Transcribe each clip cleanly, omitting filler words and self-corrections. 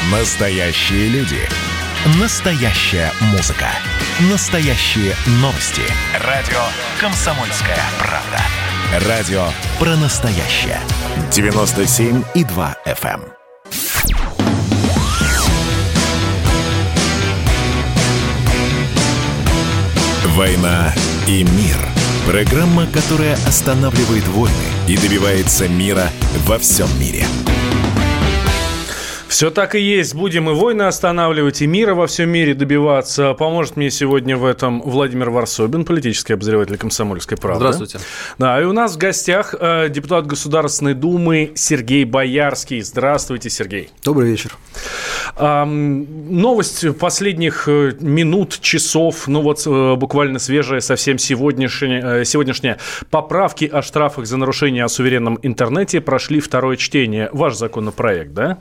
Настоящие люди. Настоящая музыка. Настоящие новости. Радио «Комсомольская правда». Радио про настоящее. 97,2 FM. «Война и мир». Программа, которая останавливает войны и добивается мира во всем мире. Все так и есть. Будем и войны останавливать, и мира во всем мире добиваться. Поможет мне сегодня в этом Владимир Варсобин, политический обозреватель «Комсомольской правды». Здравствуйте. Да, и у нас в гостях депутат Государственной Думы Сергей Боярский. Здравствуйте, Сергей. Добрый вечер. Новость последних минут, часов, буквально свежая, совсем сегодняшняя. Поправки о штрафах за нарушение о суверенном интернете прошли второе чтение. Ваш законопроект, да?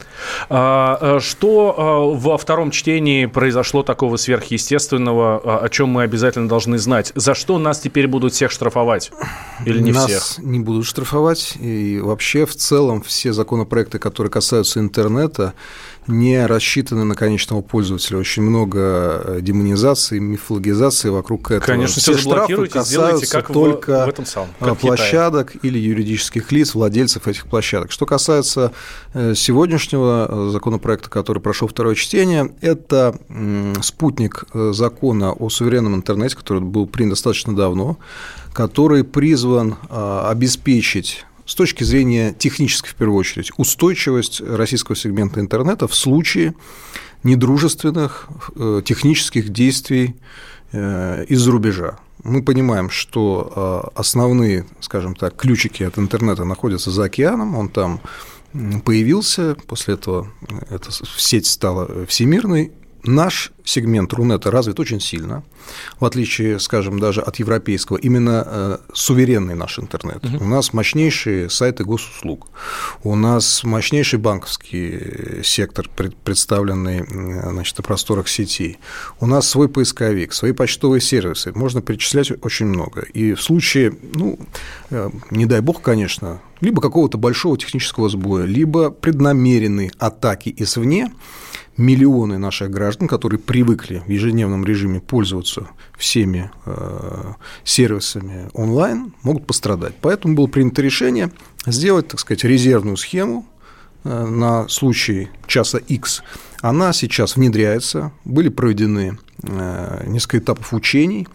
Да. Что во втором чтении произошло такого сверхъестественного, о чем мы обязательно должны знать? За что нас теперь будут всех штрафовать? Или не всех? Нас не будут штрафовать. И вообще, в целом, все законопроекты, которые касаются интернета, не рассчитаны на конечного пользователя. Очень много демонизации, мифологизации вокруг этого. Конечно, все штрафы касаются как только в этом самом, как площадок или юридических лиц, владельцев этих площадок. Что касается сегодняшнего законопроекта, который прошел второе чтение, это спутник закона о суверенном интернете, который был принят достаточно давно, который призван обеспечить с точки зрения технической, в первую очередь, устойчивость российского сегмента интернета в случае недружественных технических действий из-за рубежа. Мы понимаем, что основные, скажем так, ключики от интернета находятся за океаном, он там появился, после этого эта сеть стала всемирной. Наш сегмент Рунета развит очень сильно, в отличие, скажем, даже от европейского, именно суверенный наш интернет. У нас мощнейшие сайты госуслуг, у нас мощнейший банковский сектор, представленный, значит, на просторах сети, у нас свой поисковик, свои почтовые сервисы, можно перечислять очень много. И в случае, не дай бог, конечно, либо какого-то большого технического сбоя, либо преднамеренной атаки извне, миллионы наших граждан, которые привыкли в ежедневном режиме пользоваться всеми сервисами онлайн, могут пострадать. Поэтому было принято решение сделать, так сказать, резервную схему на случай часа X. Она сейчас внедряется, были проведены несколько этапов учений.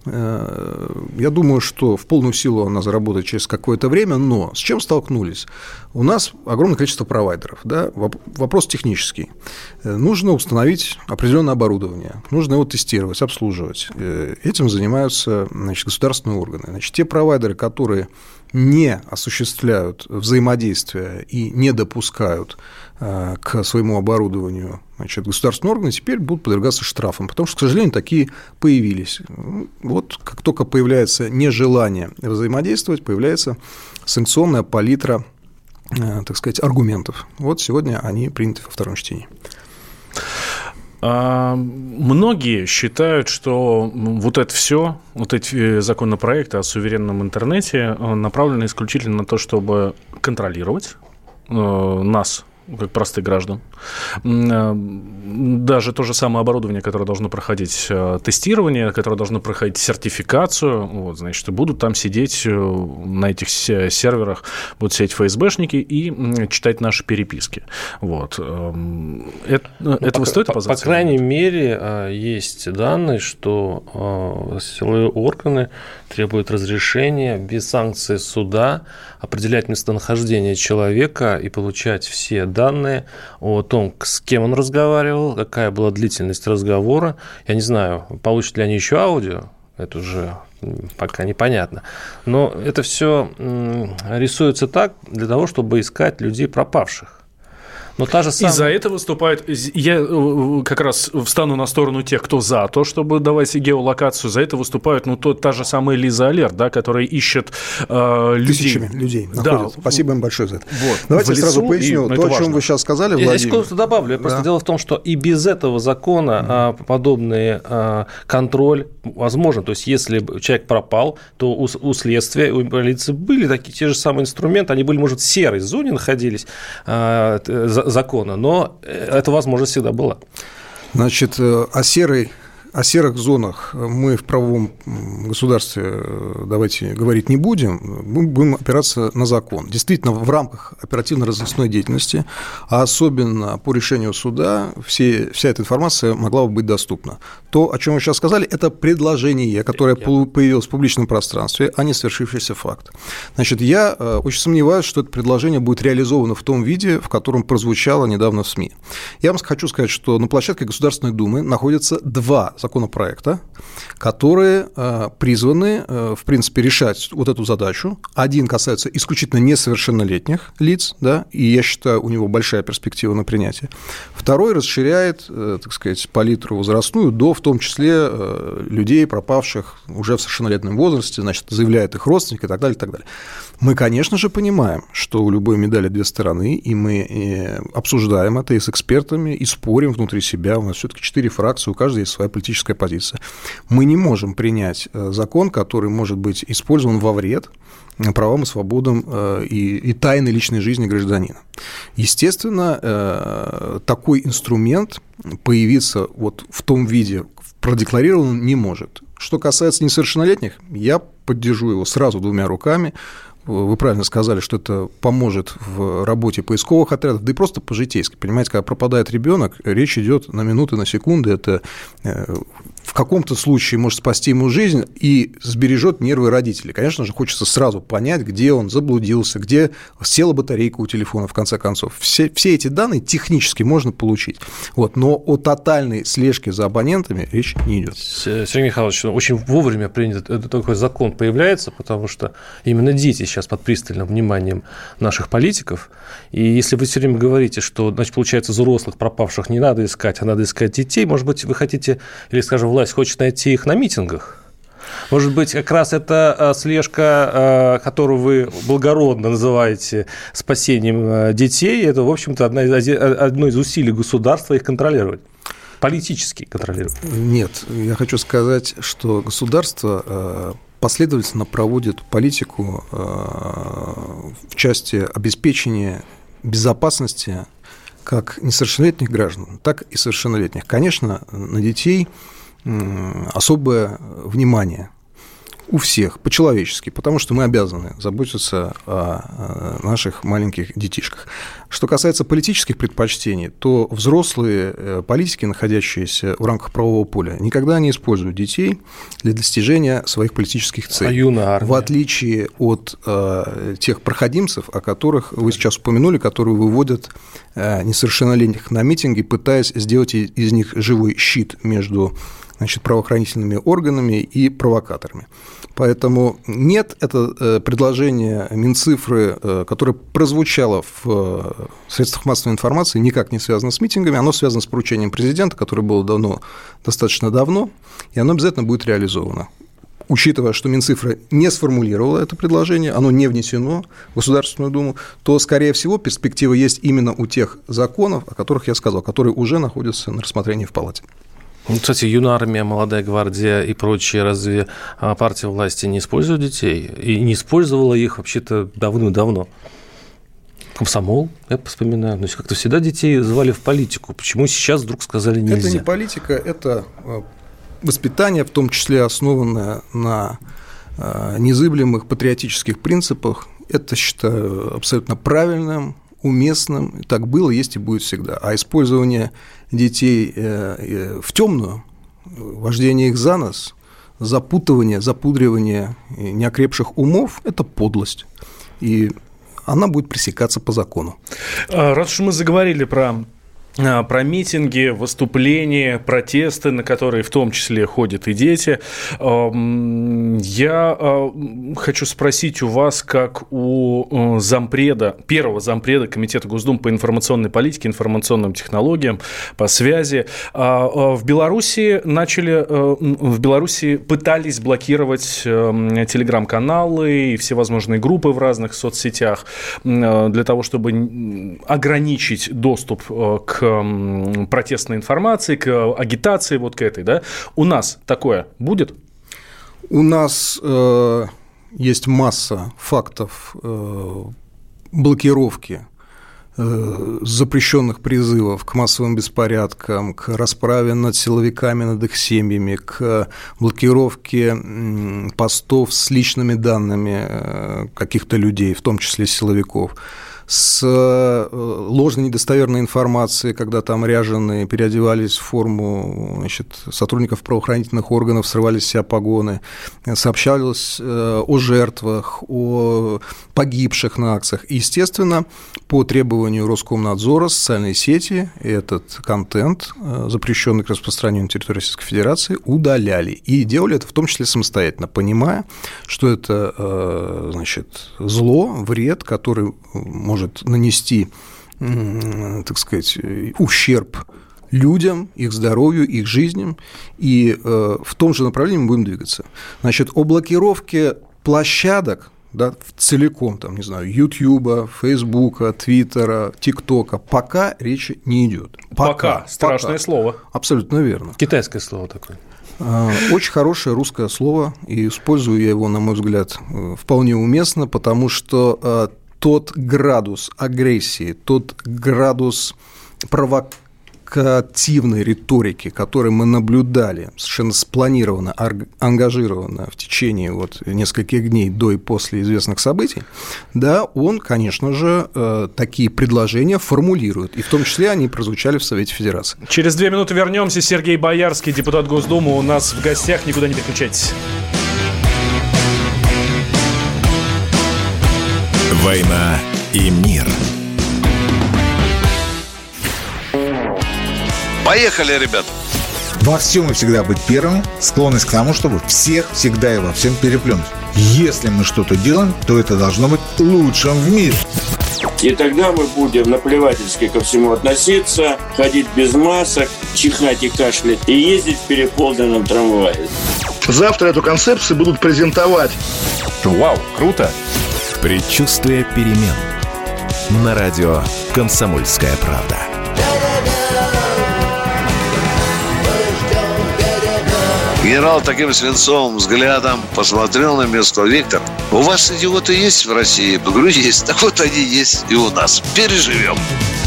Я думаю, что в полную силу она заработает через какое-то время, но с чем столкнулись? У нас огромное количество провайдеров, да? Вопрос технический. Нужно установить определенное оборудование, нужно его тестировать, обслуживать. Этим занимаются, значит, государственные органы. Значит, те провайдеры, которые не осуществляют взаимодействия и не допускают к своему оборудованию, значит, государственные органы, теперь будут подвергаться штрафам, потому что, к сожалению, такие появились. Вот как только появляется нежелание взаимодействовать, появляется санкционная палитра, так сказать, аргументов. Вот сегодня они приняты во втором чтении. Многие считают, что вот это все, вот эти законопроекты о суверенном интернете направлены исключительно на то, чтобы контролировать нас, как простых граждан. Даже то же самое оборудование, которое должно проходить тестирование, которое должно проходить сертификацию, вот, значит, будут там сидеть на этих серверах, будут сидеть ФСБшники и читать наши переписки. Вот. Этого стоит опасаться? По крайней мере, есть данные, что силовые органы требуют разрешения без санкции суда определять местонахождение человека и получать все данные о том, с кем он разговаривал, какая была длительность разговора. Я не знаю, получат ли они еще аудио, это уже пока непонятно. Но это все рисуется так для того, чтобы искать людей пропавших. Но та же самая... И за это выступает... Я как раз встану на сторону тех, кто за то, чтобы давать геолокацию. За это выступают, та же самая Лиза Алерт, да, которая ищет людей. Тысячами людей находят. Да. Спасибо им большое за это. Вот. Давайте я сразу поясню то, о чем вы сейчас сказали, Владимир. Я секунду добавлю. Просто дело в том, что и без этого закона подобный контроль возможен. То есть, если человек пропал, то у следствия, у полиции были такие те же самые инструменты. Они были, может, в серой зоне находились, закона, но эта возможность всегда была. Значит, о серых зонах мы в правовом государстве давайте говорить не будем, мы будем опираться на закон. Действительно, в рамках оперативно-розыскной деятельности, а особенно по решению суда, вся эта информация могла бы быть доступна. То, о чем вы сейчас сказали, это предложение, которое появилось в публичном пространстве, а не свершившийся факт. Значит, я очень сомневаюсь, что это предложение будет реализовано в том виде, в котором прозвучало недавно в СМИ. Я вам хочу сказать, что на площадке Государственной Думы находятся два законопроекта, которые призваны, в принципе, решать вот эту задачу. Один касается исключительно несовершеннолетних лиц, да, и я считаю, у него большая перспектива на принятие. Второй расширяет, так сказать, палитру возрастную до, в том числе, людей, пропавших уже в совершеннолетнем возрасте, значит, заявляет их родственник и так далее, и так далее. Мы, конечно же, понимаем, что у любой медали две стороны, и мы обсуждаем это и с экспертами, и спорим внутри себя. У нас все-таки 4 фракции, у каждой есть своя политическая позиция. Мы не можем принять закон, который может быть использован во вред правам и свободам и тайны личной жизни гражданина. Естественно, такой инструмент появиться вот в том виде, продекларированном, не может. Что касается несовершеннолетних, я поддержу его сразу 2 руками. Вы правильно сказали, что это поможет в работе поисковых отрядов, да и просто по-житейски. Понимаете, когда пропадает ребенок, речь идет на минуты, на секунды. Это в каком-то случае может спасти ему жизнь и сбережет нервы родителей. Конечно же, хочется сразу понять, где он заблудился, где села батарейка у телефона, в конце концов. Все эти данные технически можно получить. Вот, но о тотальной слежке за абонентами речь не идет. Сергей Михайлович, очень вовремя принят такой закон появляется, потому что именно дети сейчас под пристальным вниманием наших политиков. И если вы все время говорите, что, значит, получается, взрослых пропавших не надо искать, а надо искать детей, может быть, вы хотите, или, скажем, власть хочет найти их на митингах? Может быть, как раз эта слежка, которую вы благородно называете спасением детей, это, в общем-то, одно из усилий государства их контролировать, политически контролировать? Нет, я хочу сказать, что государство последовательно проводит политику в части обеспечения безопасности как несовершеннолетних граждан, так и совершеннолетних. Конечно, на детей особое внимание у всех, по-человечески, потому что мы обязаны заботиться о наших маленьких детишках. Что касается политических предпочтений, то взрослые политики, находящиеся в рамках правового поля, никогда не используют детей для достижения своих политических целей. В отличие от тех проходимцев, о которых вы сейчас упомянули, которые выводят несовершеннолетних на митинги, пытаясь сделать из них живой щит между, значит, правоохранительными органами и провокаторами. Поэтому нет, это предложение Минцифры, которое прозвучало в средствах массовой информации, никак не связано с митингами, оно связано с поручением президента, которое было достаточно давно, и оно обязательно будет реализовано. Учитывая, что Минцифра не сформулировала это предложение, оно не внесено в Государственную Думу, то, скорее всего, перспектива есть именно у тех законов, о которых я сказал, которые уже находятся на рассмотрении в Палате. Кстати, Юнармия, Молодая гвардия и прочие, разве партия власти не используют детей? И не использовала их вообще-то давным-давно. Комсомол, я вспоминаю. То есть как-то всегда детей звали в политику. Почему сейчас вдруг сказали нельзя? Это не политика, это воспитание, в том числе основанное на незыблемых патриотических принципах. Это считаю абсолютно правильным, уместным. Так было, есть и будет всегда. А использование детей в темную, вождение их за нос, запутывание, запудривание неокрепших умов – это подлость. И она будет пресекаться по закону. Раз уж мы заговорили про митинги, выступления, протесты, на которые в том числе ходят и дети. Я хочу спросить у вас, как у первого зампреда Комитета Госдумы по информационной политике, информационным технологиям, по связи. В Беларуси пытались блокировать телеграм-каналы и всевозможные группы в разных соцсетях для того, чтобы ограничить доступ к протестной информации, к агитации вот к этой, да? У нас такое будет? У нас есть масса фактов блокировки запрещенных призывов к массовым беспорядкам, к расправе над силовиками, над их семьями, к блокировке постов с личными данными каких-то людей, в том числе силовиков, с ложной недостоверной информацией, когда там ряженые переодевались в форму, значит, сотрудников правоохранительных органов, срывали с себя погоны, сообщалось о жертвах, о погибших на акциях. И, естественно, по требованию Роскомнадзора социальные сети этот контент, запрещенный к распространению на территории Российской Федерации, удаляли. И делали это в том числе самостоятельно, понимая, что это, значит, зло, вред, который может нанести, так сказать, ущерб людям, их здоровью, их жизням, и в том же направлении мы будем двигаться. Значит, о блокировке площадок, да, целиком, там, не знаю, Ютьюба, Фейсбука, Твиттера, ТикТока, пока речи не идет. Пока. Страшное слово. Абсолютно верно. Китайское слово такое. Очень хорошее русское слово, и использую я его, на мой взгляд, вполне уместно, потому что тот градус агрессии, тот градус провокативной риторики, который мы наблюдали совершенно спланированно, ангажированно в течение вот нескольких дней до и после известных событий, да, он, конечно же, такие предложения формулирует, и в том числе они прозвучали в Совете Федерации. Через 2 минуты вернемся. Сергей Боярский, депутат Госдумы, у нас в гостях. Никуда не переключайтесь. «Война и мир». Поехали, ребят! Во всем и всегда быть первыми, склонность к тому, чтобы всех, всегда и во всем переплюнуть. Если мы что-то делаем, то это должно быть лучшим в мире. И тогда мы будем наплевательски ко всему относиться, ходить без масок, чихать и кашлять и ездить в переполненном трамвае. Завтра эту концепцию будут презентовать. Вау, круто! Предчувствие перемен. На радио «Комсомольская правда». Генерал таким свинцовым взглядом посмотрел на меня и сказал: Виктор, у вас идиоты есть в России? Я говорю, есть. Так вот они есть и у нас. Переживем.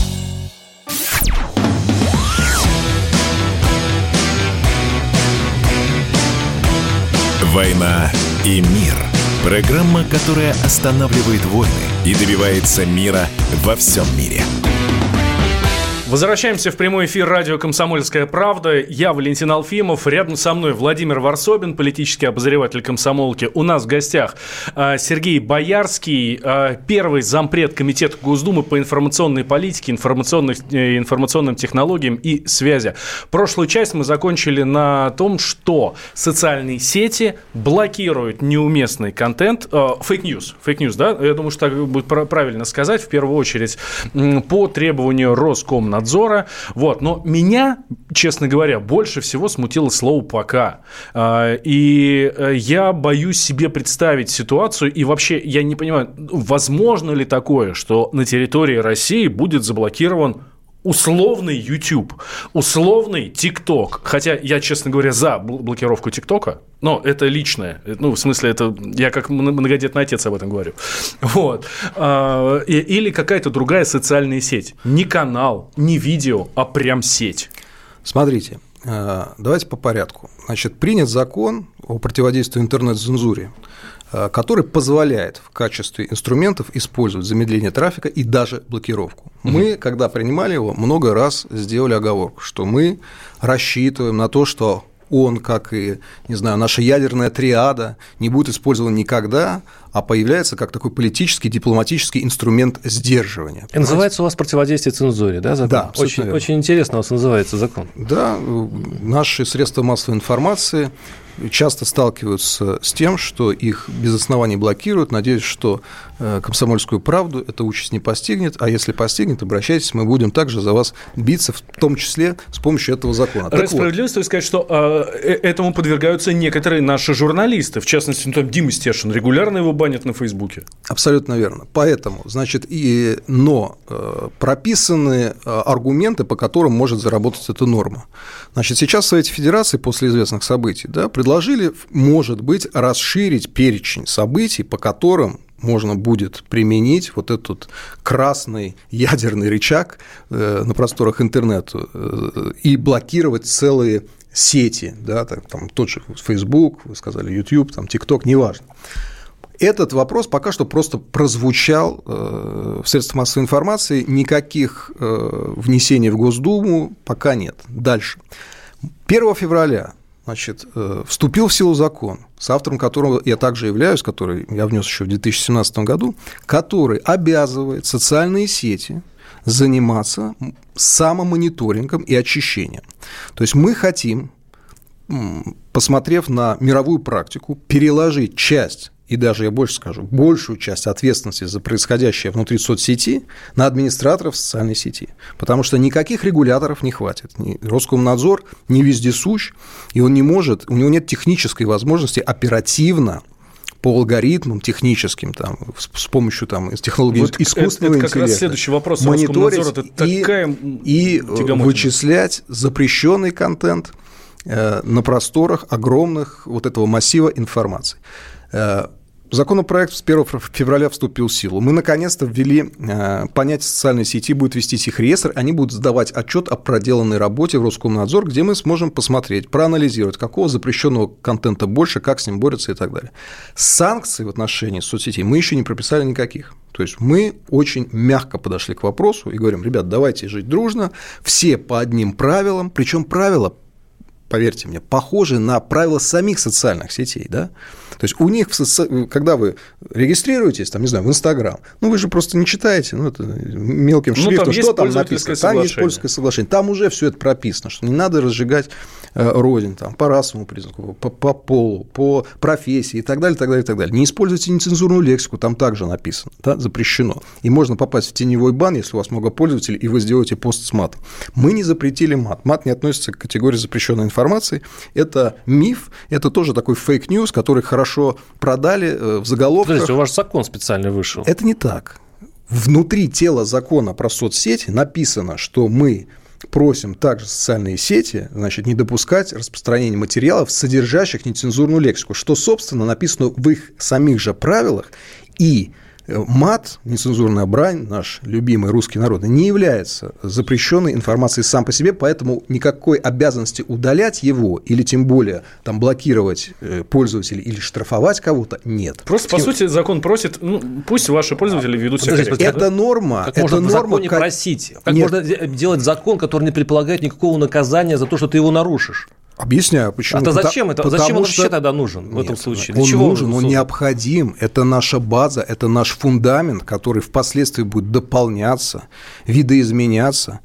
«Война и мир». Программа, которая останавливает войны и добивается мира во всем мире. Возвращаемся в прямой эфир радио «Комсомольская правда». Я Валентин Алфимов. Рядом со мной Владимир Варсобин, политический обозреватель «Комсомолки». У нас в гостях Сергей Боярский, первый зампред Комитета Госдумы по информационной политике, информационным технологиям и связи. Прошлую часть мы закончили на том, что социальные сети блокируют неуместный контент, фейк-ньюс, да? Я думаю, что так будет правильно сказать, в первую очередь, по требованию Роскомнадзора. Вот. Но меня, честно говоря, больше всего смутило слово «пока». И я боюсь себе представить ситуацию, и вообще я не понимаю, возможно ли такое, что на территории России будет заблокирован условный YouTube, условный TikTok. Хотя я, честно говоря, за блокировку ТикТока, но это личное. Ну, в смысле, это я как многодетный отец об этом говорю. Вот. Или какая-то другая социальная сеть. Не канал, не видео, а прям сеть. Смотрите, давайте по порядку. Значит, принят закон о противодействии интернет-цензуре, который позволяет в качестве инструментов использовать замедление трафика и даже блокировку. Мы, когда принимали его, много раз сделали оговорку, что мы рассчитываем на то, что он, как и, не знаю, наша ядерная триада, не будет использован никогда, а появляется как такой политический, дипломатический инструмент сдерживания. И называется у вас противодействие цензуре, да, закон? Да, очень интересно у вас называется закон. Да, наши средства массовой информации часто сталкиваются с тем, что их без оснований блокируют. Надеюсь, что «Комсомольскую правду» эта участь не постигнет, а если постигнет, обращайтесь, мы будем также за вас биться, в том числе с помощью этого закона. Ради справедливости стоит сказать, что этому подвергаются некоторые наши журналисты, в частности, Дима Стешин регулярно его банят на Фейсбуке. Абсолютно верно. Поэтому, значит, прописаны аргументы, по которым может заработать эта норма. Значит, сейчас в Совете Федерации после известных событий, да, предложили, может быть, расширить перечень событий, по которым можно будет применить вот этот красный ядерный рычаг на просторах интернета и блокировать целые сети, да, там тот же Facebook, вы сказали, YouTube, там, TikTok, неважно. Этот вопрос пока что просто прозвучал в средствах массовой информации, никаких внесений в Госдуму пока нет. Дальше. 1 февраля, значит, вступил в силу закон, с автором которого я также являюсь, который я внес еще в 2017 году, который обязывает социальные сети заниматься самомониторингом и очищением. То есть мы хотим, посмотрев на мировую практику, переложить часть, и даже я больше скажу, большую часть ответственности за происходящее внутри соцсети на администраторов социальной сети. Потому что никаких регуляторов не хватит. Роскомнадзор не вездесущ, и он не может, у него нет технической возможности оперативно по алгоритмам техническим, там, с помощью там, технологий искусственного интеллекта. Это как раз следующий вопрос. Роскомнадзор – это такая и вычислять запрещенный контент на просторах огромных вот этого массива информации. Законопроект с 1 февраля вступил в силу. Мы наконец-то ввели понятие социальной сети, будет вестись их реестр, они будут сдавать отчет о проделанной работе в Роскомнадзор, где мы сможем посмотреть, проанализировать, какого запрещенного контента больше, как с ним борются и так далее. Санкций в отношении соцсетей мы еще не прописали никаких. То есть мы очень мягко подошли к вопросу и говорим: ребят, давайте жить дружно, все по одним правилам, причем правила, поверьте мне, похожи на правила самих социальных сетей, да? То есть у них, когда вы регистрируетесь, там, не знаю, в Инстаграм, вы же просто не читаете, это мелким шрифтом, что там написано. Там есть пользовательское соглашение, там уже все это прописано, что не надо разжигать рознь там, по расовому признаку, по полу, по профессии и так далее, так далее, так далее. Не используйте нецензурную лексику, там также написано, да, запрещено. И можно попасть в теневой бан, если у вас много пользователей, и вы сделаете пост с матом. Мы не запретили мат. Мат не относится к категории запрещенной информации. Это миф, это тоже такой фейк-ньюс, который хорошо продали в заголовках. Подождите, у вас закон специально вышел. Это не так. Внутри тела закона про соцсети написано, что мы просим также социальные сети, значит, не допускать распространения материалов, содержащих нецензурную лексику, что, собственно, написано в их самих же правилах, и мат, нецензурная брань, наш любимый русский народ, не является запрещенной информацией сам по себе, поэтому никакой обязанности удалять его или тем более там, блокировать пользователей или штрафовать кого-то нет. Просто, по сути, закон просит, пусть ваши пользователи ведут себя корректно. Это норма. Как можно в законе просить? Как можно делать закон, который не предполагает никакого наказания за то, что ты его нарушишь? Объясняю, почему. А зачем это? Зачем он вообще тогда нужен в этом случае? Он нужен, он необходим. Это наша база, это наш фундамент, который впоследствии будет дополняться, видоизменяться.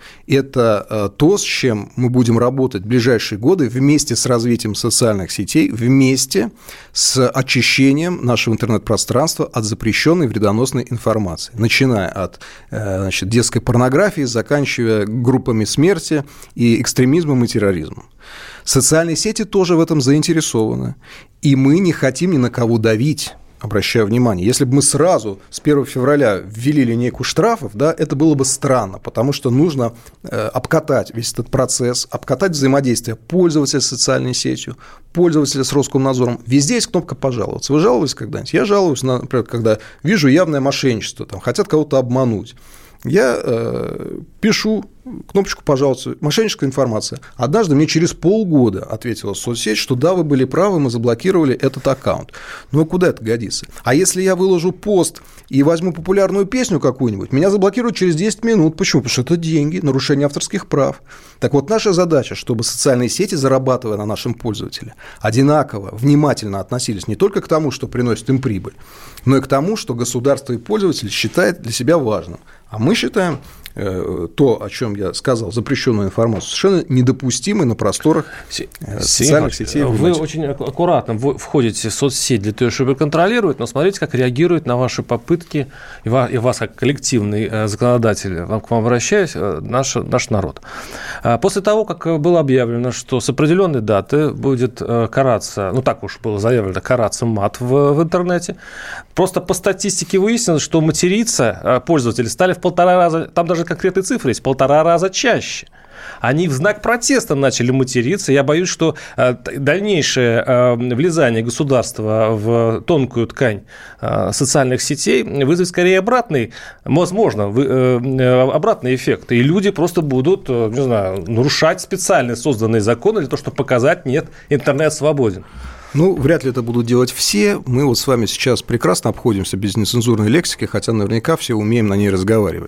Это то, с чем мы будем работать в ближайшие годы вместе с развитием социальных сетей, вместе с очищением нашего интернет-пространства от запрещенной вредоносной информации, начиная от детской порнографии, заканчивая группами смерти и экстремизмом и терроризмом. Социальные сети тоже в этом заинтересованы, и мы не хотим ни на кого давить, обращаю внимание. Если бы мы сразу с 1 февраля ввели линейку штрафов, да, это было бы странно, потому что нужно обкатать весь этот процесс, обкатать взаимодействие пользователя с социальной сетью, пользователя с Роскомнадзором. Везде есть кнопка «Пожаловаться». Вы жаловались когда-нибудь? Я жалуюсь, например, когда вижу явное мошенничество, там, хотят кого-то обмануть. Я пишу кнопочку «Пожалуйста», мошенническая информация. Однажды мне через полгода ответила соцсеть, что да, вы были правы, мы заблокировали этот аккаунт. Ну, куда это годится? А если я выложу пост и возьму популярную песню какую-нибудь, меня заблокируют через 10 минут. Почему? Потому что это деньги, нарушение авторских прав. Так вот, наша задача, чтобы социальные сети, зарабатывая на нашем пользователе, одинаково, внимательно относились не только к тому, что приносит им прибыль, но и к тому, что государство и пользователь считают для себя важным. А мы считаем то, о чем я сказал, запрещенную информацию, совершенно недопустимы на просторах социальных сетей. Вы очень аккуратно входите в соцсеть для того, чтобы контролировать, но смотрите, как реагирует на ваши попытки, и вас как коллективный законодатель, к вам обращаюсь, наш народ. После того, как было объявлено, что с определенной даты будет караться, так уж было заявлено, караться мат в интернете, просто по статистике выяснилось, что материться пользователи стали в 1,5 раза, там даже конкретные цифры есть, 1,5 раза чаще. Они в знак протеста начали материться. Я боюсь, что дальнейшее влезание государства в тонкую ткань социальных сетей вызовет скорее обратный эффект. И люди просто будут, нарушать специально созданные законы для того, чтобы показать, нет, интернет свободен. Вряд ли это будут делать все. Мы вот с вами сейчас прекрасно обходимся без нецензурной лексики, хотя наверняка все умеем на ней разговаривать.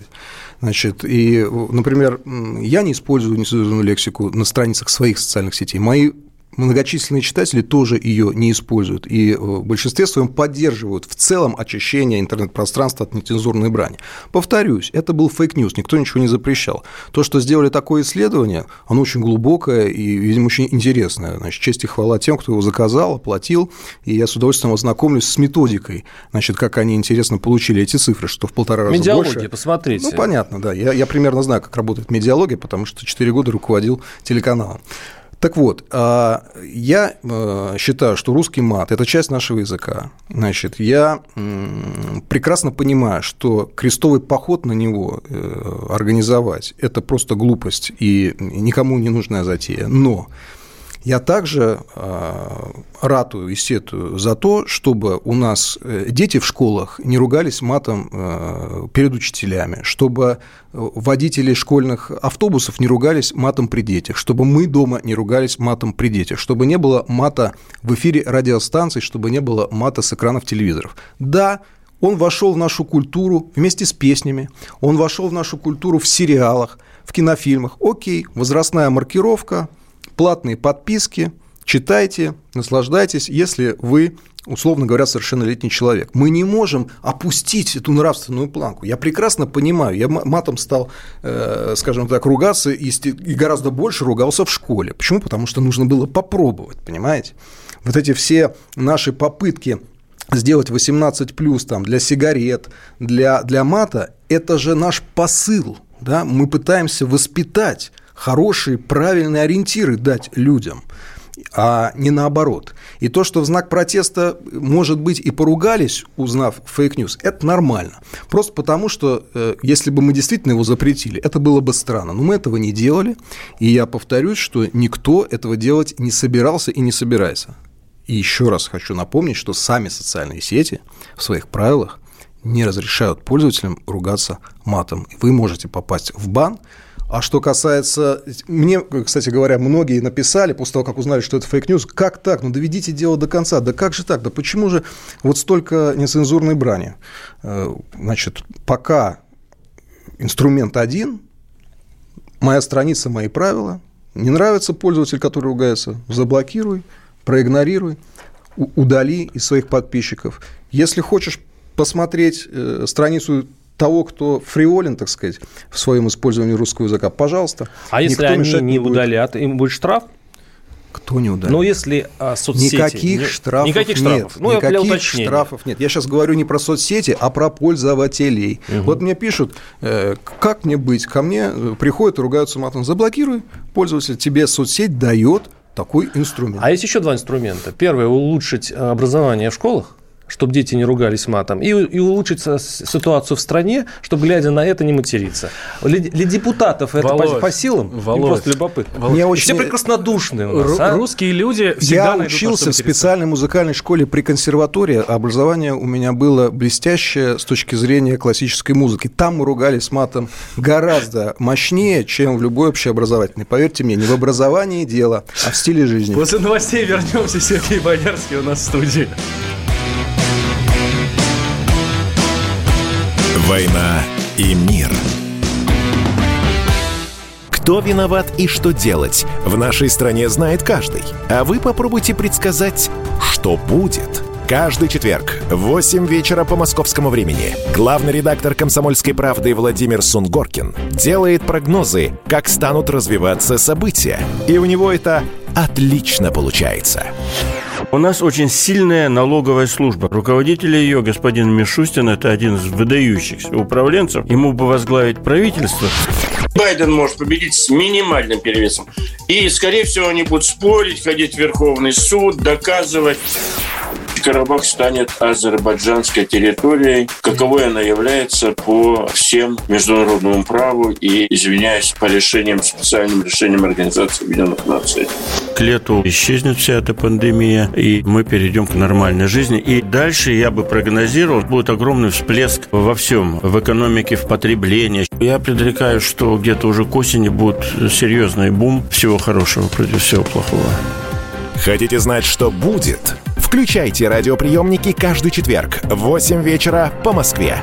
И, например, я не использую нецензурную лексику на страницах своих социальных сетей. Мои многочисленные читатели тоже ее не используют. И в большинстве своем поддерживают в целом очищение интернет-пространства от нецензурной брани. Повторюсь, это был фейк-ньюс, никто ничего не запрещал. То, что сделали такое исследование, оно очень глубокое и, видимо, очень интересное. Честь и хвала тем, кто его заказал, оплатил. И я с удовольствием ознакомлюсь с методикой, как они, интересно, получили эти цифры, что в 1,5 раза больше. Медиалогия, посмотрите. Понятно, да. Я примерно знаю, как работает медиалогия, потому что 4 года руководил телеканалом. Так вот, я считаю, что русский мат – это часть нашего языка. Я прекрасно понимаю, что крестовый поход на него организовать – это просто глупость и никому не нужная затея. Но я также ратую и сетую за то, чтобы у нас дети в школах не ругались матом перед учителями, чтобы водители школьных автобусов не ругались матом при детях, чтобы мы дома не ругались матом при детях, чтобы не было мата в эфире радиостанций, чтобы не было мата с экранов телевизоров. Да, он вошел в нашу культуру вместе с песнями, он вошел в нашу культуру в сериалах, в кинофильмах. Окей, возрастная маркировка, платные подписки, читайте, наслаждайтесь, если вы, условно говоря, совершеннолетний человек. Мы не можем опустить эту нравственную планку. Я прекрасно понимаю, я матом стал, скажем так, ругаться и гораздо больше ругался в школе. Почему? Потому что нужно было попробовать, понимаете? Вот эти все наши попытки сделать 18+, для сигарет, для мата, это же наш посыл, да? Мы пытаемся воспитать хорошие, правильные ориентиры дать людям, а не наоборот. И то, что в знак протеста, может быть, и поругались, узнав фейк-ньюс, это нормально. Просто потому, что если бы мы действительно его запретили, это было бы странно. Но мы этого не делали, и я повторюсь, что никто этого делать не собирался и не собирается. И еще раз хочу напомнить, что сами социальные сети в своих правилах не разрешают пользователям ругаться матом. Вы можете попасть в бан. А что касается... Мне, кстати говоря, многие написали, после того, как узнали, что это фейк-ньюс, как так? Доведите дело до конца. Да как же так? Да почему же вот столько нецензурной брани? Пока инструмент один, моя страница, мои правила. Не нравится пользователь, который ругается, заблокируй, проигнорируй, удали из своих подписчиков. Если хочешь посмотреть страницу того, кто фриволен, так сказать, в своем использовании русского языка, пожалуйста. А если они не удалят, им будет штраф? Кто не удалит? Если соцсети... Никаких штрафов нет. Никаких штрафов нет. Я сейчас говорю не про соцсети, а про пользователей. Угу. Вот мне пишут, как мне быть? Ко мне приходят и ругаются матом. Заблокируй пользователя, тебе соцсеть дает такой инструмент. А есть еще 2 инструмента. Первый – улучшить образование в школах, чтобы дети не ругались матом, и улучшить ситуацию в стране, чтобы, глядя на это, не материться. Для депутатов это по силам, им просто любопытно. Все прекраснодушные у нас. Русские люди всегда найдут, учился в специальной музыкальной школе при консерватории, образование у меня было блестящее с точки зрения классической музыки. Там мы ругались матом гораздо мощнее, чем в любой общеобразовательной. Поверьте мне, не в образовании дело, а в стиле жизни. После новостей вернемся. Сергей Боярский у нас в студии. «Война и мир». Кто виноват и что делать, в нашей стране знает каждый. А вы попробуйте предсказать, что будет. Каждый четверг в 8 вечера по московскому времени главный редактор «Комсомольской правды» Владимир Сунгоркин делает прогнозы, как станут развиваться события. И у него это отлично получается. У нас очень сильная налоговая служба. Руководитель ее, господин Мишустин, это один из выдающихся управленцев. Ему бы возглавить правительство. Байден может победить с минимальным перевесом. И, скорее всего, они будут спорить, ходить в Верховный суд, доказывать. Карабах станет азербайджанской территорией, каковой она является по всем международному праву и, извиняюсь, по специальным решениям Организации Объединенных Наций. К лету исчезнет вся эта пандемия, и мы перейдем к нормальной жизни. И дальше, я бы прогнозировал, будет огромный всплеск во всем, в экономике, в потреблении. Я предрекаю, что где-то уже к осени будет серьезный бум всего хорошего против всего плохого. Хотите знать, что будет? Включайте радиоприемники каждый четверг в 8 вечера по Москве.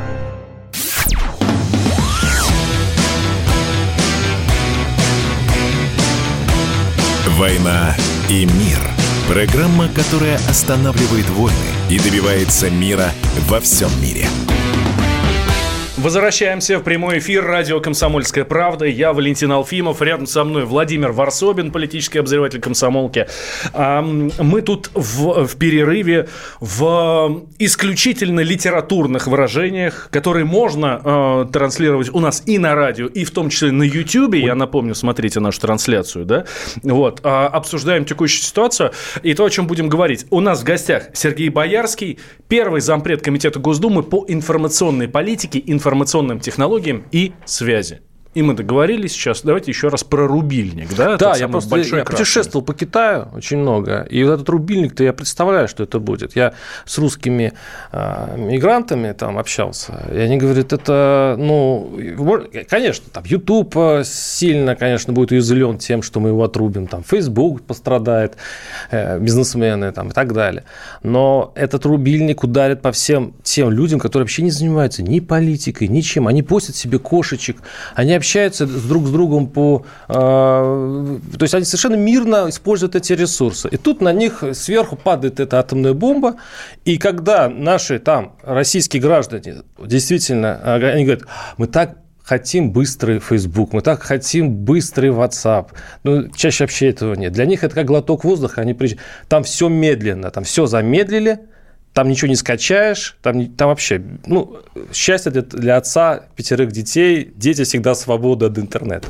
«Война и мир» – программа, которая останавливает войны и добивается мира во всем мире. Возвращаемся в прямой эфир. Радио «Комсомольская правда». Я Валентин Алфимов. Рядом со мной Владимир Варсобин, политический обозреватель «Комсомолки». Мы тут в перерыве в исключительно литературных выражениях, которые можно транслировать у нас и на радио, и в том числе на YouTube. Я напомню, смотрите нашу трансляцию. Да? Вот. Обсуждаем текущую ситуацию и то, о чем будем говорить. У нас в гостях Сергей Боярский, первый зампред Комитета Госдумы по информационной политике, информационным технологиям и связи. И мы договорились сейчас. Давайте еще раз про рубильник. Да, я путешествовал по Китаю очень много. И вот этот рубильник-то я представляю, что это будет. Я с русскими мигрантами там общался. И они говорят, это, конечно, там YouTube сильно, конечно, будет уязвлен тем, что мы его отрубим. Там Facebook пострадает, бизнесмены там, и так далее. Но этот рубильник ударит по всем тем людям, которые вообще не занимаются ни политикой, ничем. Они постят себе кошечек, они общаются друг с другом то есть они совершенно мирно используют эти ресурсы. И тут на них сверху падает эта атомная бомба, и когда наши там российские граждане действительно, они говорят, мы так хотим быстрый Facebook, мы так хотим быстрый WhatsApp. Чаще вообще этого нет. Для них это как глоток воздуха. Они там все медленно, там все замедлили, там ничего не скачаешь, там вообще, счастье для отца 5 детей, дети всегда свободны от интернета.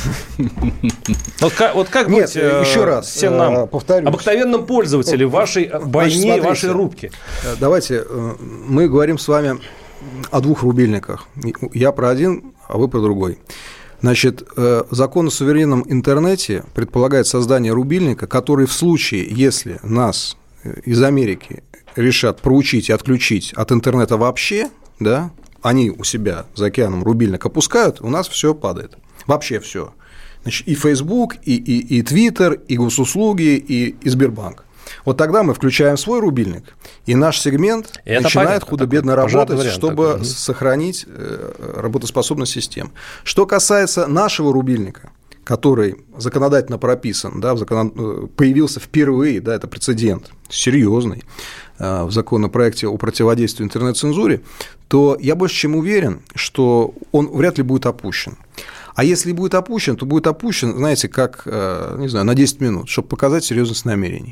Вот как Нет, быть еще раз, всем нам, повторюсь, обыкновенным пользователям вашей бойне, вашей рубки? Давайте, мы говорим с вами о двух рубильниках. Я про один, а вы про другой. Значит, закон о суверенном интернете предполагает создание рубильника, который в случае, если нас из Америки решат проучить и отключить от интернета вообще, да, они у себя за океаном рубильник опускают, у нас все падает. Вообще все. Значит, и Facebook, и Twitter, и госуслуги, и Сбербанк. Вот тогда мы включаем свой рубильник, и наш сегмент начинает худо-бедно работать, чтобы сохранить работоспособность систем. Что касается нашего рубильника, который законодательно прописан, да, появился впервые, да, это прецедент серьезный в законопроекте о противодействии интернет-цензуре, то я больше чем уверен, что он вряд ли будет опущен. А если будет опущен, то будет опущен, знаете, как, не знаю, на 10 минут, чтобы показать серьезность намерений.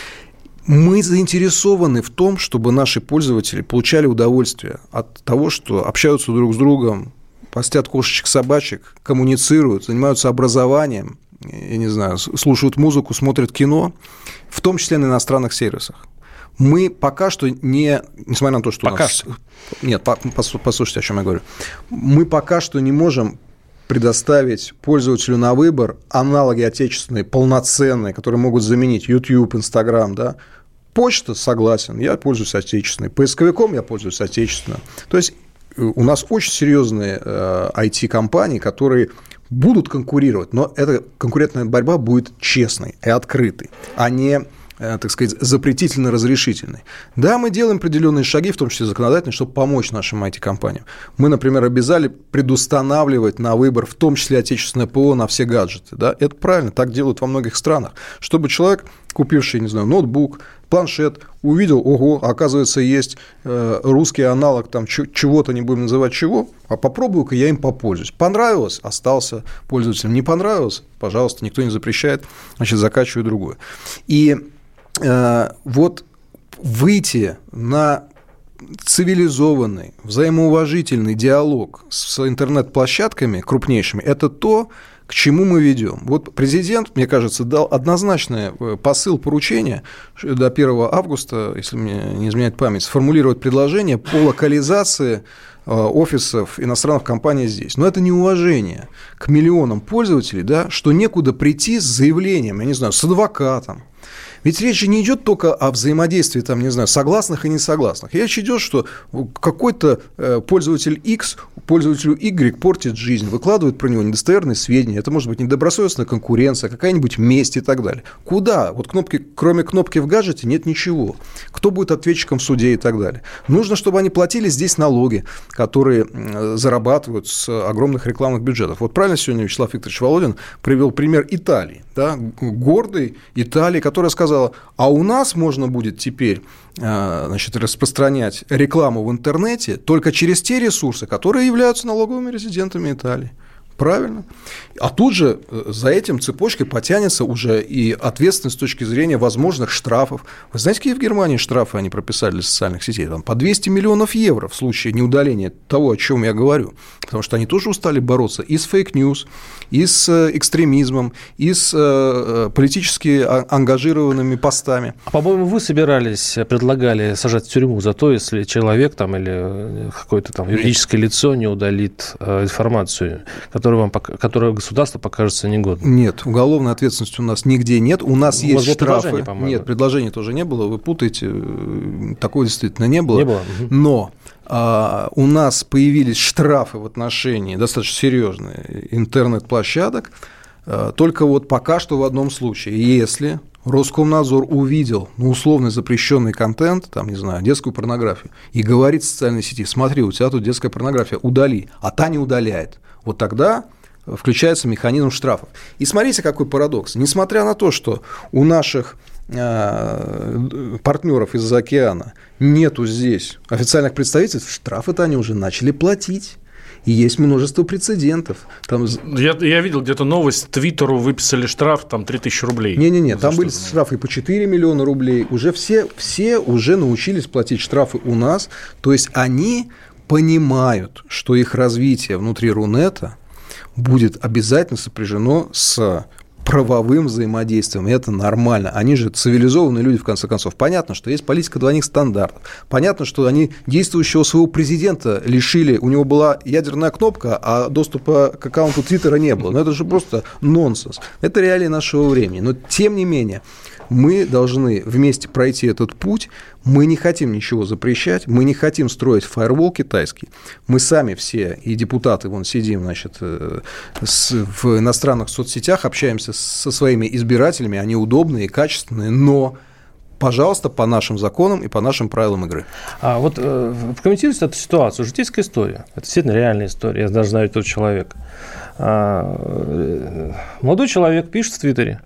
Мы заинтересованы в том, чтобы наши пользователи получали удовольствие от того, что общаются друг с другом, постят кошечек-собачек, коммуницируют, занимаются образованием, я не знаю, слушают музыку, смотрят кино, в том числе на иностранных сервисах. Мы пока что несмотря на то, что пока у нас... Что? Нет, послушайте, о чем я говорю. Мы пока что не можем предоставить пользователю на выбор аналоги отечественные, полноценные, которые могут заменить YouTube, Instagram, да. Почта, согласен, я пользуюсь отечественной. Поисковиком я пользуюсь отечественным. То есть у нас очень серьезные IT-компании, которые будут конкурировать, но эта конкурентная борьба будет честной и открытой, а не, так сказать, запретительно-разрешительной. Да, мы делаем определенные шаги, в том числе законодательные, чтобы помочь нашим IT-компаниям. Мы, например, обязали предустанавливать на выбор, в том числе отечественное ПО, на все гаджеты. Да? Это правильно, так делают во многих странах, чтобы человек купивший, не знаю, ноутбук, планшет, увидел, ого, оказывается, есть русский аналог там чего-то, не будем называть чего, а попробую-ка я им попользуюсь. Понравилось, остался пользователем. Не понравилось, пожалуйста, никто не запрещает, значит, закачиваю другое. И вот выйти на цивилизованный, взаимоуважительный диалог с интернет-площадками крупнейшими – это то, к чему мы ведем. Вот президент, мне кажется, дал однозначный посыл поручения до 1 августа, если мне не изменяет память, сформулировать предложение по локализации офисов иностранных компаний здесь. Но это неуважение к миллионам пользователей, да, что некуда прийти с заявлением, я не знаю, с адвокатом. Ведь речь же не идет только о взаимодействии, там, не знаю, согласных и несогласных. Речь идет, что какой-то пользователь X пользователю Y портит жизнь, выкладывает про него недостоверные сведения. Это может быть недобросовестная конкуренция, какая-нибудь месть и так далее. Куда? Вот кроме кнопки в гаджете нет ничего. Кто будет ответчиком в суде и так далее. Нужно, чтобы они платили здесь налоги, которые зарабатывают с огромных рекламных бюджетов. Вот правильно сегодня Вячеслав Викторович Володин привел пример Италии. Да? Гордой Италии, которая сказала, а у нас можно будет теперь, значит, распространять рекламу в интернете только через те ресурсы, которые являются налоговыми резидентами Италии. Правильно. А тут же за этим цепочкой потянется уже и ответственность с точки зрения возможных штрафов. Вы знаете, какие в Германии штрафы они прописали для социальных сетей? Там по 200 миллионов евро в случае неудаления того, о чем я говорю. Потому что они тоже устали бороться и с фейк-ньюс, и с экстремизмом, и с политически ангажированными постами. По-моему, вы предлагали сажать в тюрьму за то, если человек там, или какое-то там юридическое лицо не удалит информацию, которое государство покажется негодным. Нет, уголовной ответственности у нас нигде нет. У нас есть штрафы. Нет, предложения тоже не было. Вы путаете. Такого действительно не было. Не было. Но у нас появились штрафы в отношении достаточно серьезные интернет-площадок. Только вот пока что в одном случае. Если Роскомнадзор увидел условно запрещенный контент, там, не знаю, детскую порнографию, и говорит в социальной сети: смотри, у тебя тут детская порнография, удали, а та не удаляет. Вот тогда включается механизм штрафов. И смотрите, какой парадокс. Несмотря на то, что у наших партнеров из-за океана нету здесь официальных представительств, штрафы-то они уже начали платить. И есть множество прецедентов. Там... Я видел где-то новость, Твиттеру выписали штраф, там 3000 рублей. Не-не-не, там были штрафы по 4 миллиона рублей. Уже все уже научились платить штрафы у нас. То есть они понимают, что их развитие внутри Рунета будет обязательно сопряжено с правовым взаимодействием, и это нормально. Они же цивилизованные люди, в конце концов. Понятно, что есть политика двойных стандартов. Понятно, что они действующего своего президента лишили, у него была ядерная кнопка, а доступа к аккаунту Твиттера не было. Но это же просто нонсенс. Это реалии нашего времени. Но, тем не менее, мы должны вместе пройти этот путь. Мы не хотим ничего запрещать, мы не хотим строить фаервол китайский. Мы сами все, и депутаты, вон сидим, значит, в иностранных соцсетях, общаемся со своими избирателями, они удобные, качественные, но, пожалуйста, по нашим законам и по нашим правилам игры. А вот прокомментируйте эту ситуацию. Житейская история. Это действительно реальная история. Я даже знаю этого человека. Молодой человек пишет в Твиттере: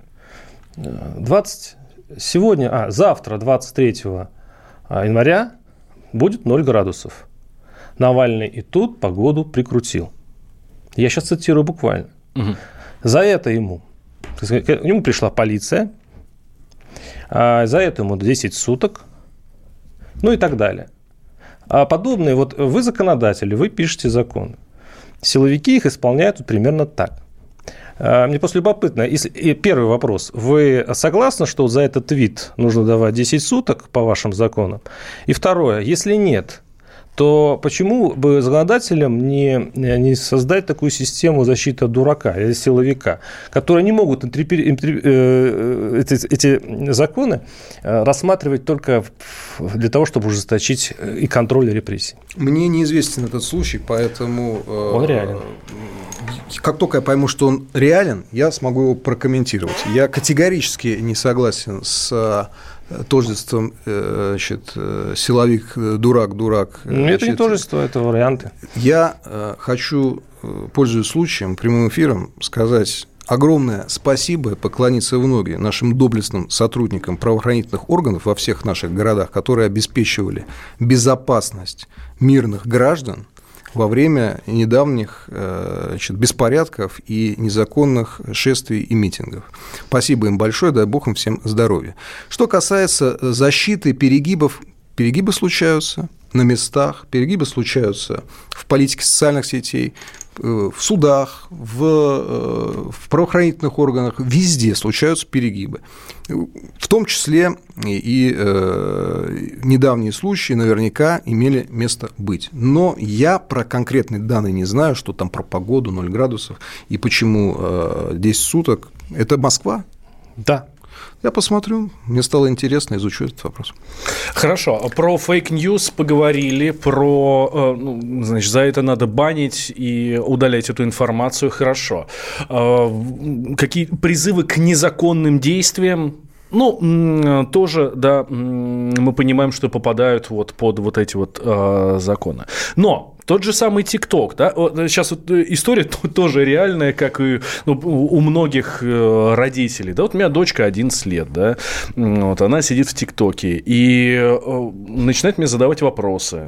завтра, 23 января, будет 0 градусов. Навальный и тут погоду прикрутил. Я сейчас цитирую буквально. Угу. За это ему пришла полиция, за это ему 10 суток, ну и так далее. А подобные, вот вы законодатели, вы пишете законы. Силовики их исполняют вот примерно так. Мне просто любопытно, первый вопрос. Вы согласны, что за этот твит нужно давать 10 суток по вашим законам? И второе, если нет, то почему бы законодателям не создать такую систему защиты от дурака или силовика, которые не могут эти законы рассматривать только для того, чтобы ужесточить и контроль и репрессии? Мне неизвестен этот случай, поэтому... Он реален. Как только я пойму, что он реален, я смогу его прокомментировать. Я категорически не согласен с тождеством, значит, силовик, дурак. Это не тождество, это варианты. Я хочу, пользуясь случаем, прямым эфиром, сказать огромное спасибо, поклониться в ноги нашим доблестным сотрудникам правоохранительных органов во всех наших городах, которые обеспечивали безопасность мирных граждан во время недавних беспорядков и незаконных шествий и митингов. Спасибо им большое, дай бог им всем здоровья. Что касается защиты перегибов, перегибы случаются на местах, перегибы случаются в политике социальных сетей, в судах, в правоохранительных органах, везде случаются перегибы. В том числе и недавние случаи наверняка имели место быть. Но я про конкретные данные не знаю, что там про погоду, 0 градусов, и почему 10 суток. Это Москва? Да. Я посмотрю, мне стало интересно, изучу этот вопрос. Хорошо, про фейк-ньюс поговорили, про, значит, за это надо банить и удалять эту информацию, хорошо. Какие призывы к незаконным действиям? Тоже, да, мы понимаем, что попадают вот под вот эти вот законы. Но тот же самый ТикТок, да, сейчас вот история тоже реальная, как и у многих родителей. Да, вот у меня дочка 11 лет, да, вот, она сидит в ТикТоке и начинает мне задавать вопросы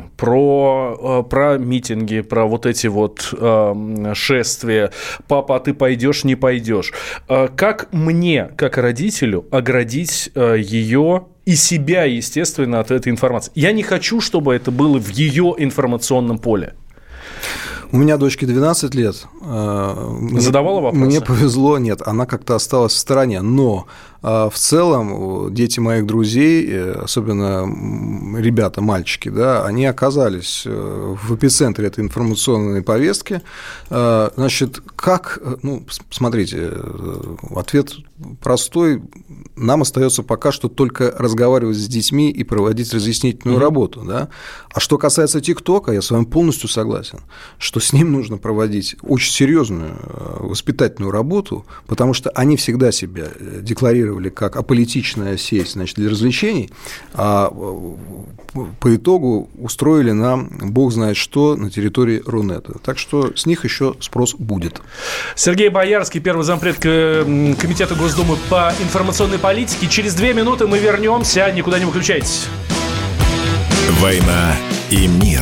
про митинги, про вот эти вот шествия. Папа, а ты пойдешь, не пойдешь? Как мне, как родителю, оградить ее и себя, естественно, от этой информации? Я не хочу, чтобы это было в ее информационном поле. У меня дочке 12 лет. Задавала вопросы? Мне повезло, нет, она как-то осталась в стороне. Но в целом дети моих друзей, особенно ребята, мальчики, да, они оказались в эпицентре этой информационной повестки. Значит, как, смотрите, ответ простой. Нам остается пока что только разговаривать с детьми и проводить разъяснительную работу. Да? А что касается ТикТока, я с вами полностью согласен, что с ним нужно проводить очень серьезную воспитательную работу, потому что они всегда себя декларировали как аполитичная сеть, значит, для развлечений, а по итогу устроили нам бог знает что на территории Рунета. Так что с них еще спрос будет. Сергей Боярский, первый зампред Комитета Госдумы по информационной политике. Через 2 минуты мы вернемся. Никуда не выключайтесь. «Война и мир».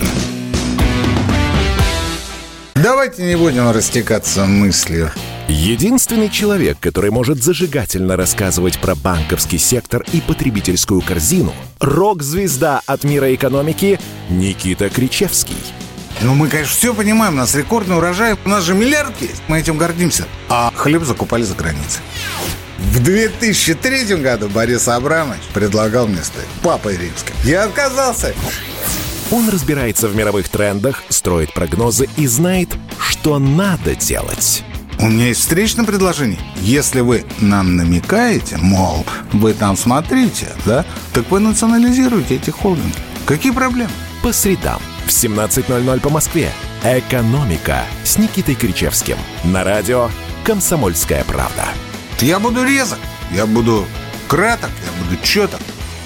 Давайте не будем растекаться мыслью. Единственный человек, который может зажигательно рассказывать про банковский сектор и потребительскую корзину – рок-звезда от мира экономики Никита Кричевский. Мы, конечно, все понимаем, у нас рекордный урожай, у нас же миллиард есть, мы этим гордимся. А хлеб закупали за границей. В 2003 году Борис Абрамович предлагал мне стать папой римским. Я отказался. Он разбирается в мировых трендах, строит прогнозы и знает, что надо делать. У меня есть встречное предложение. Если вы нам намекаете, мол, вы там смотрите, да, так вы национализируете эти холдинги. Какие проблемы? По средам в 17:00 по Москве. «Экономика» с Никитой Кричевским. На радио «Комсомольская правда». Я буду резок, я буду краток, я буду чёток.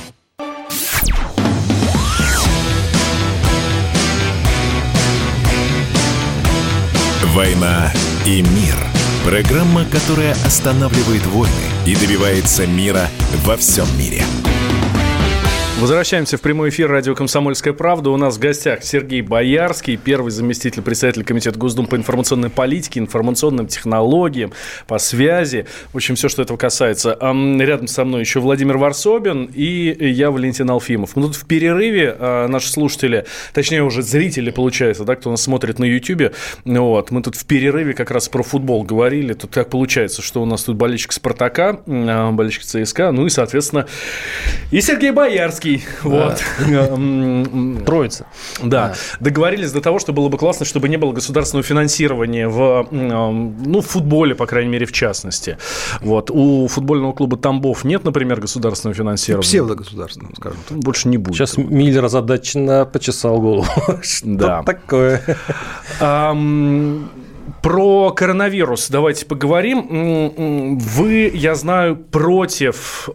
«Война и мир». Программа, которая останавливает войны и добивается мира во всем мире. Возвращаемся в прямой эфир радио «Комсомольская правда». У нас в гостях Сергей Боярский, первый заместитель председателя Комитета Госдумы по информационной политике, информационным технологиям, по связи. В общем, все, что этого касается. Рядом со мной еще Владимир Варсобин и я, Валентин Алфимов. Мы тут в перерыве, наши слушатели, точнее уже зрители, получается, да, кто нас смотрит на Ютьюбе, вот, мы тут в перерыве как раз про футбол говорили. Тут как получается, что у нас тут болельщик «Спартака», болельщик ЦСКА, ну и, соответственно, и Сергей Боярский. Вот. Троица. Да. Договорились до того, что было бы классно, чтобы не было государственного финансирования в футболе, по крайней мере, в частности. Вот. У футбольного клуба «Тамбов» нет, например, государственного финансирования. Псевдогосударственного, скажем так. Больше не будет. Сейчас Миллер озадаченно почесал голову. Что такое? Про коронавирус давайте поговорим. Вы, я знаю, против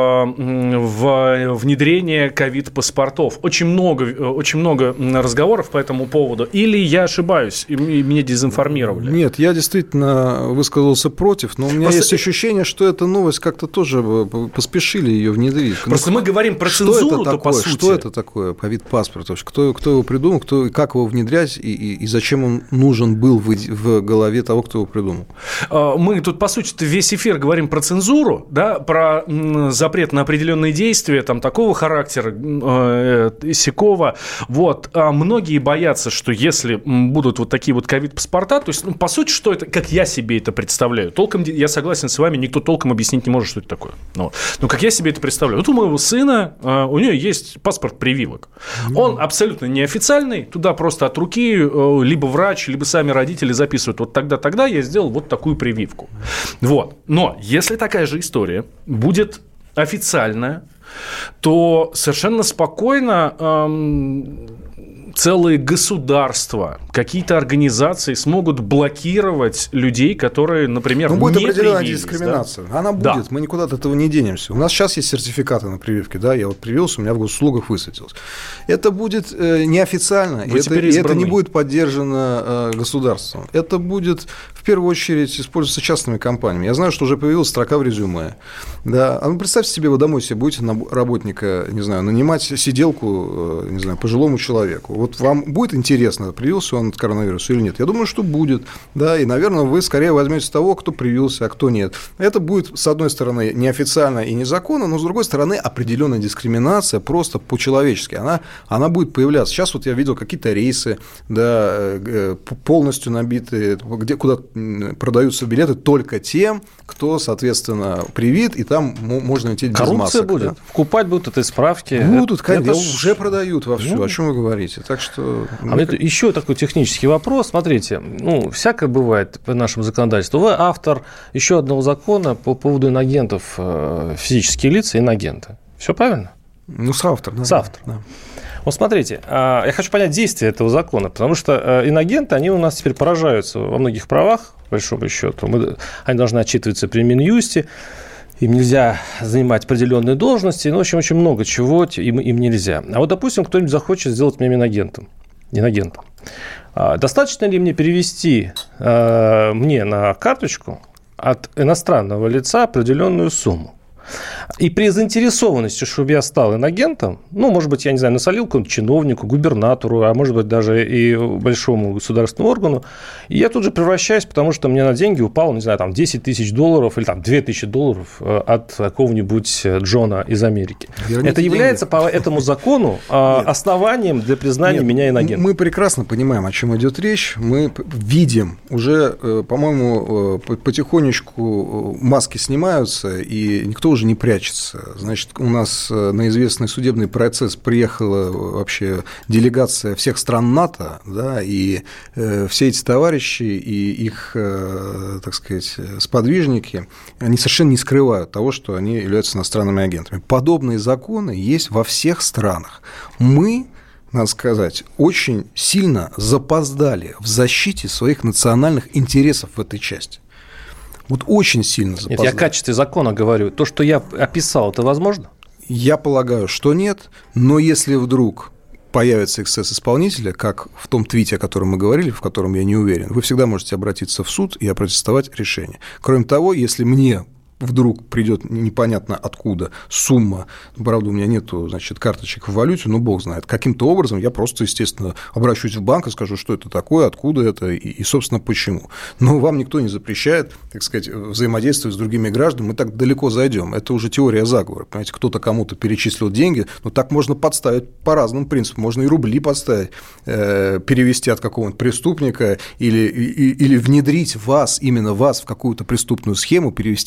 внедрения ковид-паспортов. Очень много разговоров по этому поводу. Или я ошибаюсь, и меня дезинформировали? Нет, я действительно высказался против, но у меня есть ощущение, что эта новость как-то тоже поспешили ее внедрить. Просто мы говорим про цензуру, по сути. Что это такое ковид-паспорт? Кто его придумал, как его внедрять и зачем он нужен был в голове того, кто его придумал? Мы тут, по сути, весь эфир говорим про цензуру, да, про запрет на определенные действия, там, такого характера, сякого. Вот. А многие боятся, что если будут вот такие вот ковид-паспорта, то есть, по сути, что это, как я себе это представляю, толком, я согласен с вами, никто толком объяснить не может, что это такое. Но как я себе это представляю. Вот у моего сына, у него есть паспорт прививок. Он абсолютно неофициальный, туда просто от руки либо врач, либо сами родители записывают. Вот тогда я сделал вот такую прививку. Вот. Но если такая же история будет официальная, то совершенно спокойно целые государства, какие-то организации смогут блокировать людей, которые, например, не привились. Будет определенная дискриминация. Да? Она будет, да. Мы никуда от этого не денемся. У нас сейчас есть сертификаты на прививки, да, я вот привился, у меня в госуслугах высветилось. Это будет неофициально, и это не будет поддержано государством. Это будет, в первую очередь, использоваться частными компаниями. Я знаю, что уже появилась строка в резюме. Да. А ну, представьте себе, вы домой себе будете работника, не знаю, нанимать сиделку, не знаю, пожилому человеку. Вот вам будет интересно, привился он от коронавируса или нет? Я думаю, что будет. Да, и, наверное, вы скорее возьмете того, кто привился, а кто нет. Это будет, с одной стороны, неофициально и незаконно, но, с другой стороны, определенная дискриминация просто по-человечески. Она будет появляться. Сейчас вот я видел какие-то рейсы, да, полностью набитые, куда продаются билеты только тем, кто, соответственно, привит, и там можно лететь без масок. Коррупция будет. Да? Вкупать будут этой справки. Будут, конечно, уже продают вовсю. О чем вы говорите? Так что... еще такой технический вопрос. Смотрите, всякое бывает в нашем законодательстве. Вы автор еще одного закона по поводу инагентов, физические лица, инагенты. Все правильно? Соавтор. Да. Соавтор. Да. Вот смотрите, я хочу понять действие этого закона, потому что инагенты, они у нас теперь поражаются во многих правах, по большому счету. Они должны отчитываться при Минюсте, им нельзя занимать определенные должности, в общем, очень много чего им нельзя. А вот, допустим, кто-нибудь захочет сделать меня инагентом. Достаточно ли мне перевести мне на карточку от иностранного лица определенную сумму? И при заинтересованности, чтобы я стал инагентом, может быть, я не знаю, насолил какому-то чиновнику, губернатору, а может быть, даже и большому государственному органу, и я тут же превращаюсь, потому что мне на деньги упало, не знаю, там, $10 тысяч или там, $2000 от какого-нибудь Джона из Америки. Это является по этому закону основанием для признания меня инагентом? Мы прекрасно понимаем, о чем идет речь. Мы видим, уже, по-моему, потихонечку маски снимаются, и никто уже не прячется. Значит, у нас на известный судебный процесс приехала вообще делегация всех стран НАТО, да, и все эти товарищи и их, так сказать, сподвижники, они совершенно не скрывают того, что они являются иностранными агентами. Подобные законы есть во всех странах. Мы, надо сказать, очень сильно запоздали в защите своих национальных интересов в этой части. Вот очень сильно запоздали. Нет, я о качестве закона говорю. То, что я описал, это возможно? Я полагаю, что нет. Но если вдруг появится эксцесс исполнителя, как в том твите, о котором мы говорили, в котором я не уверен, вы всегда можете обратиться в суд и опротестовать решение. Кроме того, если мне вдруг придет непонятно откуда сумма, правда, у меня нету, значит, карточек в валюте, но бог знает, каким-то образом я просто, естественно, обращусь в банк и скажу, что это такое, откуда это и собственно, почему. Но вам никто не запрещает, так сказать, взаимодействовать с другими гражданами, мы так далеко зайдем. Это уже теория заговора, понимаете, кто-то кому-то перечислил деньги, но так можно подставить по разным принципам, можно и рубли подставить, перевести от какого-нибудь преступника или внедрить вас, именно вас, в какую-то преступную схему, перевести вам несколько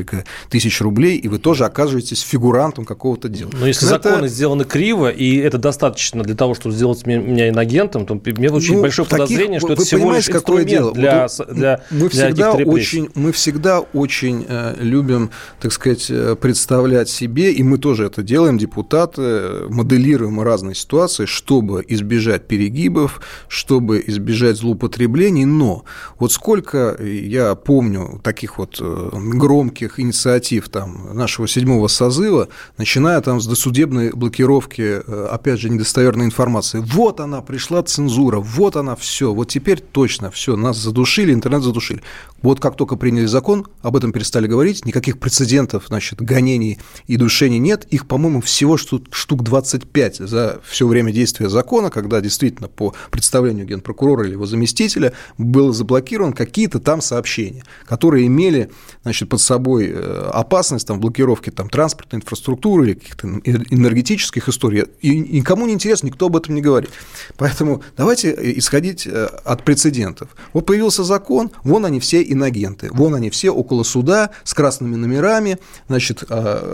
несколько тысяч рублей, и вы тоже оказываетесь фигурантом какого-то дела. Но если законы сделаны криво, и это достаточно для того, чтобы сделать меня инагентом, то мне очень большое подозрение, что это всего лишь инструмент для этих репрессий. Мы всегда очень любим, так сказать, представлять себе, и мы тоже это делаем, депутаты, моделируем разные ситуации, чтобы избежать перегибов, чтобы избежать злоупотреблений, но вот сколько я помню таких вот громких инициатив там, нашего 7-го созыва, начиная там с досудебной блокировки, опять же, недостоверной информации. Вот она, пришла цензура, вот она, все, вот теперь точно, все, нас задушили, интернет задушили. Вот как только приняли закон, об этом перестали говорить, никаких прецедентов, значит, гонений и душений нет, их, по-моему, всего штук 25 за все время действия закона, когда действительно по представлению генпрокурора или его заместителя было заблокировано какие-то там сообщения, которые имели, значит, под собой опасность там, блокировки там, транспортной инфраструктуры или каких-то энергетических историй. И никому не интересно, никто об этом не говорит. Поэтому давайте исходить от прецедентов. Вот появился закон, вон они все инагенты, вон они все около суда с красными номерами, значит,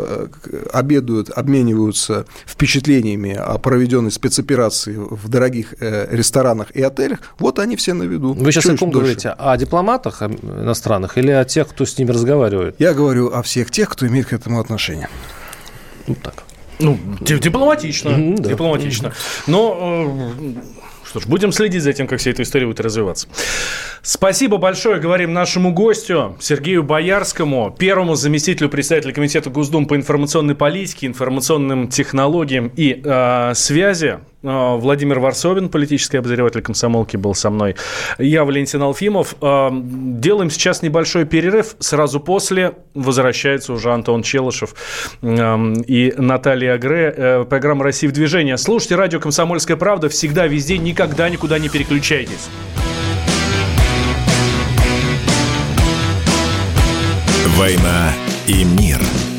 обедают, обмениваются впечатлениями о проведенной спецоперации в дорогих ресторанах и отелях, вот они все на виду. Вы сейчас о ком говорите? О дипломатах иностранных или о тех, кто с ними разговаривает? Я говорю о всех тех, кто имеет к этому отношение. Вот так. Ну, дипломатично. Да. Дипломатично. Но... Что ж, будем следить за тем, как вся эта история будет развиваться. Спасибо большое, говорим нашему гостю Сергею Боярскому, первому заместителю председателя Комитета Госдумы по информационной политике, информационным технологиям и связи. Владимир Варсобин, политический обозреватель «Комсомолки», был со мной. Я Валентин Алфимов. Делаем сейчас небольшой перерыв. Сразу после возвращается уже Антон Челышев и Наталья Агре. Программа «Россия в движении». Слушайте радио «Комсомольская правда» всегда, везде, никогда никуда не переключайтесь. «Война и мир».